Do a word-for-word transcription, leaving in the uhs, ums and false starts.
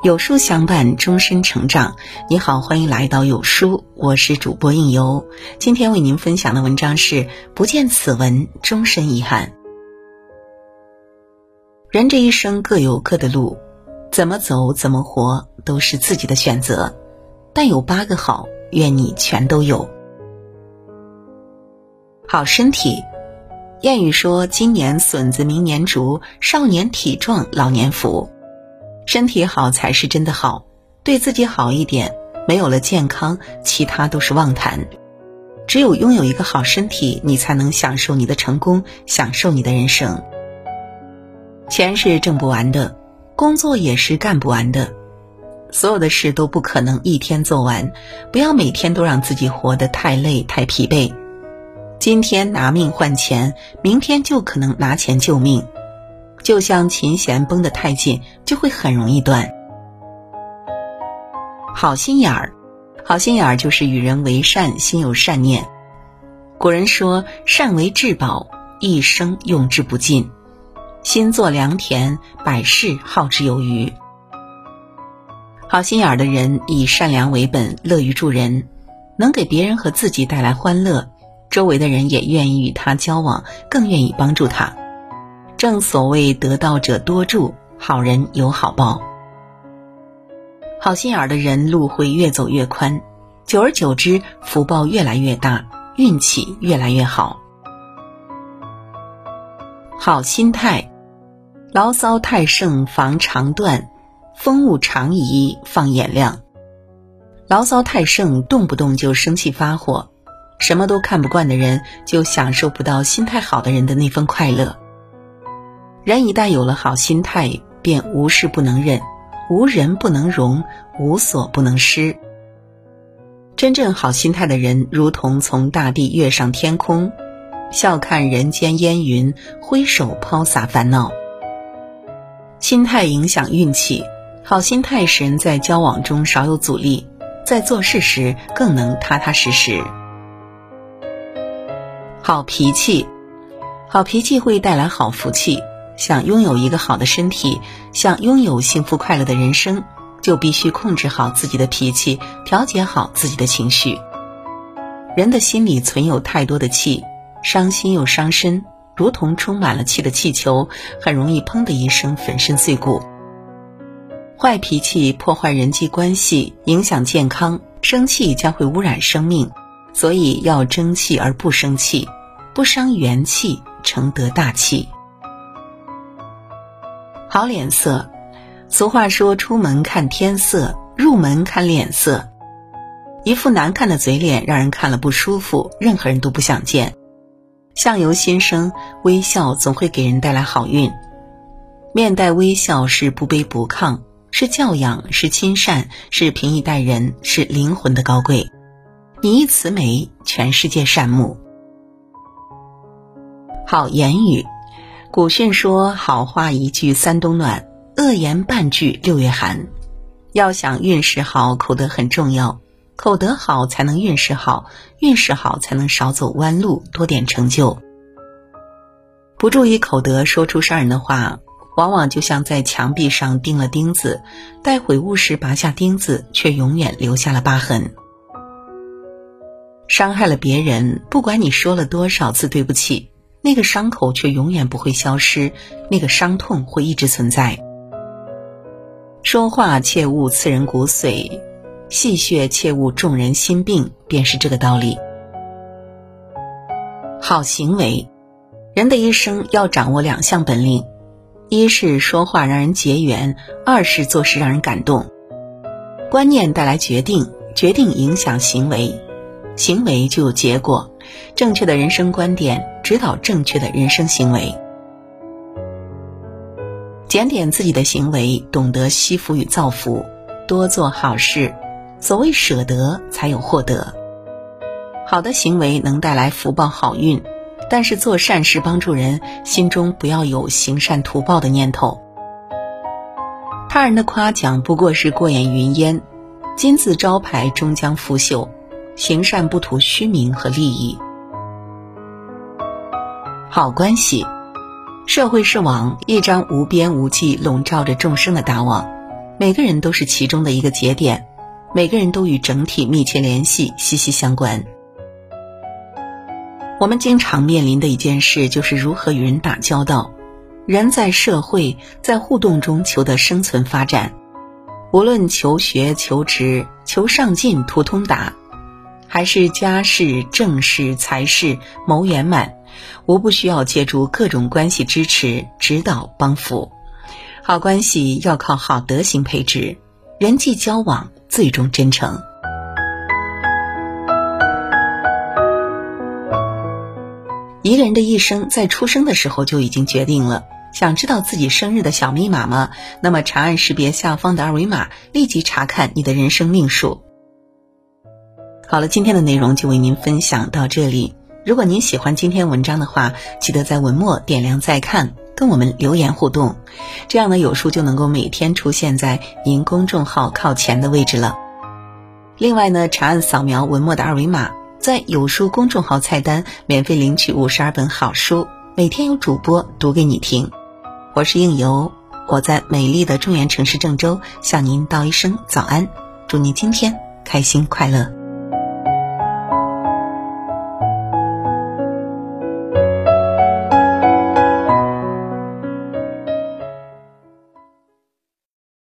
有书相伴，终身成长。你好，欢迎来到有书，我是主播应由。今天为您分享的文章是不见此文，终身遗憾。人这一生各有各的路，怎么走怎么活都是自己的选择，但有八个好，愿你全都有。好身体，谚语说今年笋子明年竹，少年体壮老年福。身体好才是真的好，对自己好一点，没有了健康，其他都是妄谈。只有拥有一个好身体，你才能享受你的成功，享受你的人生。钱是挣不完的，工作也是干不完的，所有的事都不可能一天做完，不要每天都让自己活得太累太疲惫。今天拿命换钱，明天就可能拿钱救命。就像琴弦绷得太紧，就会很容易断。好心眼儿，好心眼儿就是与人为善，心有善念。古人说善为至宝，一生用之不尽。心作良田，百事耗之有余。好心眼儿的人以善良为本，乐于助人，能给别人和自己带来欢乐，周围的人也愿意与他交往，更愿意帮助他。正所谓得道者多助，好人有好报。好心眼儿的人路会越走越宽，久而久之福报越来越大，运气越来越好。好心态，牢骚太盛防肠断，风物长宜放眼量。牢骚太盛，动不动就生气发火，什么都看不惯的人就享受不到心态好的人的那份快乐。人一旦有了好心态，便无事不能忍，无人不能容，无所不能施。真正好心态的人，如同从大地跃上天空，笑看人间烟云，挥手抛洒烦恼。心态影响运气，好心态使人在交往中少有阻力，在做事时更能踏踏实实。好脾气，好脾气会带来好福气。想拥有一个好的身体，想拥有幸福快乐的人生，就必须控制好自己的脾气，调节好自己的情绪。人的心里存有太多的气，伤心又伤身，如同充满了气的气球，很容易砰的一声粉身碎骨。坏脾气破坏人际关系，影响健康，生气将会污染生命，所以要争气而不生气，不伤元气，成得大气。好脸色，俗话说出门看天色，入门看脸色。一副难看的嘴脸让人看了不舒服，任何人都不想见。相由心生，微笑总会给人带来好运。面带微笑是不卑不亢，是教养，是亲善，是平易待人，是灵魂的高贵。你一慈眉，全世界善目。好言语，古训说好话一句三冬暖，恶言半句六月寒。要想运势好，口德很重要，口德好才能运势好，运势好才能少走弯路，多点成就。不注意口德，说出伤人的话，往往就像在墙壁上钉了钉子，待悔悟时拔下钉子，却永远留下了疤痕。伤害了别人，不管你说了多少次对不起，那个伤口却永远不会消失，那个伤痛会一直存在。说话切勿刺人骨髓，戏谑切勿中人心病，便是这个道理。好行为，人的一生要掌握两项本领，一是说话让人结缘，二是做事让人感动。观念带来决定，决定影响行为，行为就有结果。正确的人生观点指导正确的人生行为。检点自己的行为，懂得惜福与造福，多做好事。所谓舍得才有获得。好的行为能带来福报好运，但是做善事帮助人，心中不要有行善图报的念头。他人的夸奖不过是过眼云烟，金字招牌终将腐朽，行善不图虚名和利益。好关系，社会是网，一张无边无际笼罩着众生的大网， 每个人都是其中的一个节点，每个人都与整体密切联系，息息相关。我们经常面临的一件事就是如何与人打交道。人在社会，在互动中求得生存发展，无论求学、求职、求上进、图通达，还是家事、政事、财事、谋圆满，无不需要借助各种关系支持、指导、帮扶。好关系要靠好德行配置，人际交往最终真诚。一个人的一生在出生的时候就已经决定了。想知道自己生日的小密码吗？那么长按识别下方的二维码，立即查看你的人生命数。好了，今天的内容就为您分享到这里。如果您喜欢今天文章的话，记得在文末点亮再看，跟我们留言互动，这样呢有书就能够每天出现在您公众号靠前的位置了。另外呢，长按扫描文末的二维码，在有书公众号菜单免费领取五十二本好书，每天有主播读给你听。我是应由，我在美丽的中原城市郑州向您道一声早安，祝您今天开心快乐。